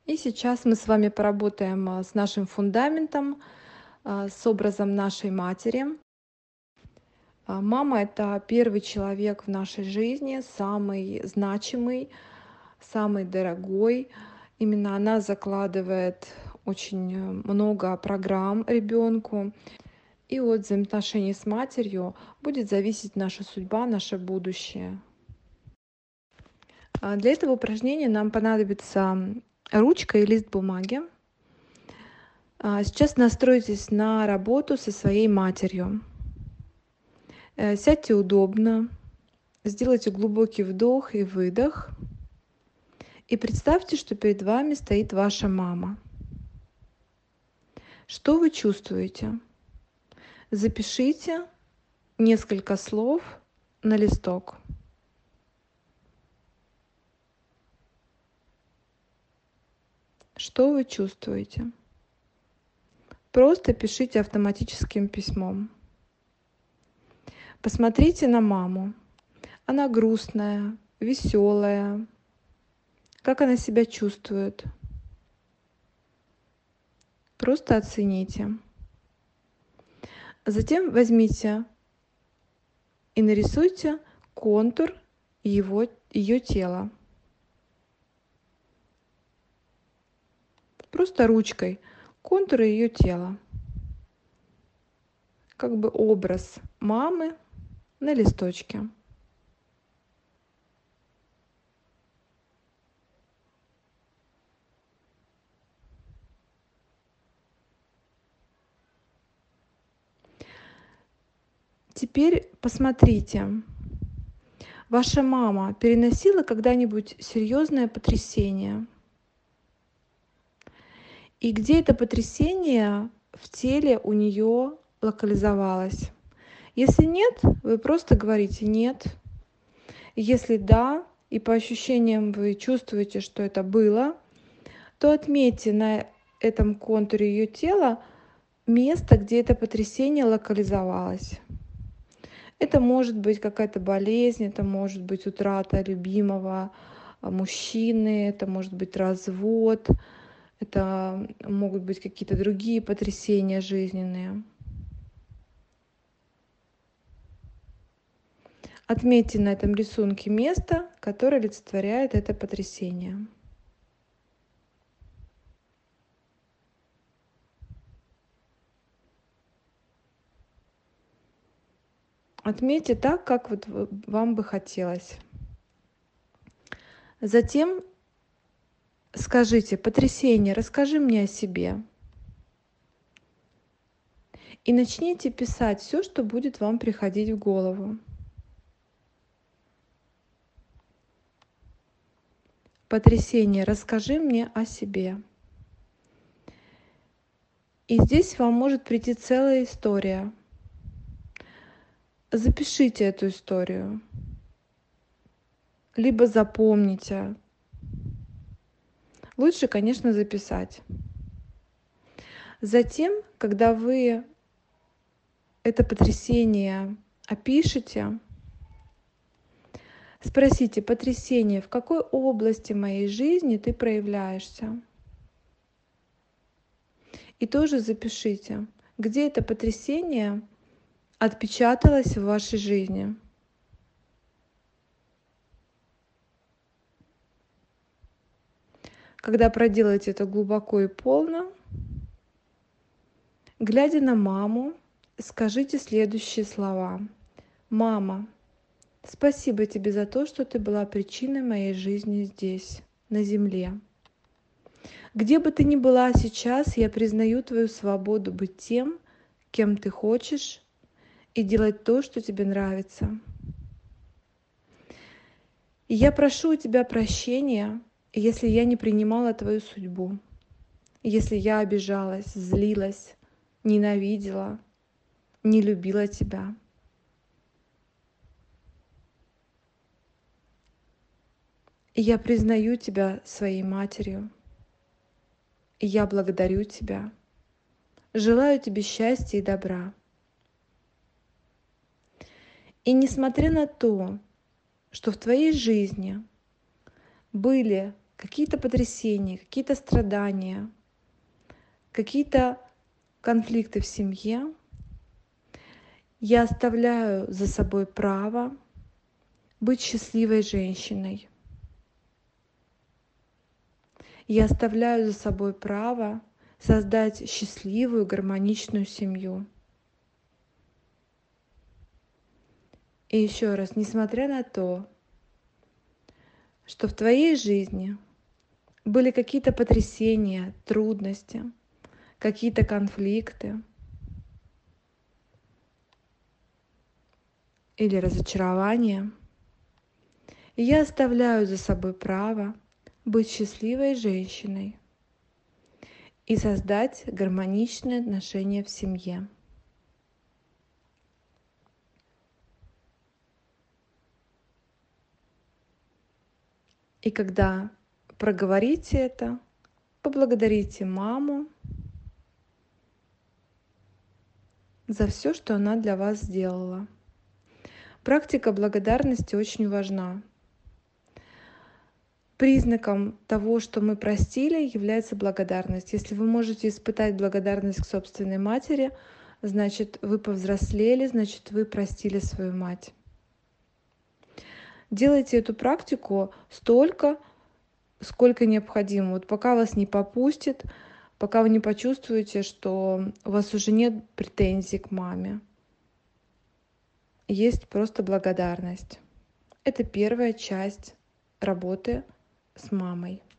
И сейчас мы с вами поработаем с нашим фундаментом, с образом нашей матери. Мама — это первый человек в нашей жизни, самый значимый, самый дорогой. Именно она закладывает очень много программ ребенку. И от взаимоотношений с матерью будет зависеть наша судьба, наше будущее. Для этого упражнения нам понадобится ручка и лист бумаги. Сейчас настройтесь на работу со своей матерью. Сядьте удобно, сделайте глубокий вдох и выдох. И представьте, что перед вами стоит ваша мама. Что вы чувствуете? Запишите несколько слов на листок. Что вы чувствуете? Просто пишите автоматическим письмом. Посмотрите на маму. Она грустная, веселая. Как она себя чувствует? Просто оцените. Затем возьмите и нарисуйте контур ее тела. Просто ручкой контуры ее тела. Как бы образ мамы на листочке. Теперь посмотрите, ваша мама переносила когда-нибудь серьезное потрясение? И где это потрясение в теле у нее локализовалось? Если нет, вы просто говорите «нет». Если да, и по ощущениям вы чувствуете, что это было, то отметьте на этом контуре ее тела место, где это потрясение локализовалось. Это может быть какая-то болезнь, это может быть утрата любимого мужчины, это может быть развод, это могут быть какие-то другие потрясения жизненные. Отметьте на этом рисунке место, которое олицетворяет это потрясение. Отметьте так, как вот вам бы хотелось. Затем скажите: потрясение, расскажи мне о себе. И начните писать все, что будет вам приходить в голову. Потрясение, расскажи мне о себе. И здесь вам может прийти целая история. Запишите эту историю, либо запомните. Лучше, конечно, записать. Затем, когда вы это потрясение опишете, спросите: потрясение, в какой области моей жизни ты проявляешься? И тоже запишите, где это потрясение отпечаталось в вашей жизни. Когда проделаете это глубоко и полно, глядя на маму, скажите следующие слова: «Мама, спасибо тебе за то, что ты была причиной моей жизни здесь, на земле. Где бы ты ни была сейчас, я признаю твою свободу быть тем, кем ты хочешь, и делать то, что тебе нравится. И я прошу у тебя прощения, если я не принимала твою судьбу, если я обижалась, злилась, ненавидела, не любила тебя. И я признаю тебя своей матерью, и я благодарю тебя, желаю тебе счастья и добра. И несмотря на то, что в твоей жизни были какие-то потрясения, какие-то страдания, какие-то конфликты в семье, я оставляю за собой право быть счастливой женщиной. Я оставляю за собой право создать счастливую, гармоничную семью. И еще раз, несмотря на то, что в твоей жизни были какие-то потрясения, трудности, какие-то конфликты или разочарования, я оставляю за собой право быть счастливой женщиной и создать гармоничные отношения в семье. И когда проговорите это, поблагодарите маму за все, что она для вас сделала. Практика благодарности очень важна. Признаком того, что мы простили, является благодарность. Если вы можете испытать благодарность к собственной матери, значит, вы повзрослели, значит, вы простили свою мать. Делайте эту практику столько, сколько необходимо. Вот пока вас не попустит, пока вы не почувствуете, что у вас уже нет претензий к маме. Есть просто благодарность. Это первая часть работы с мамой.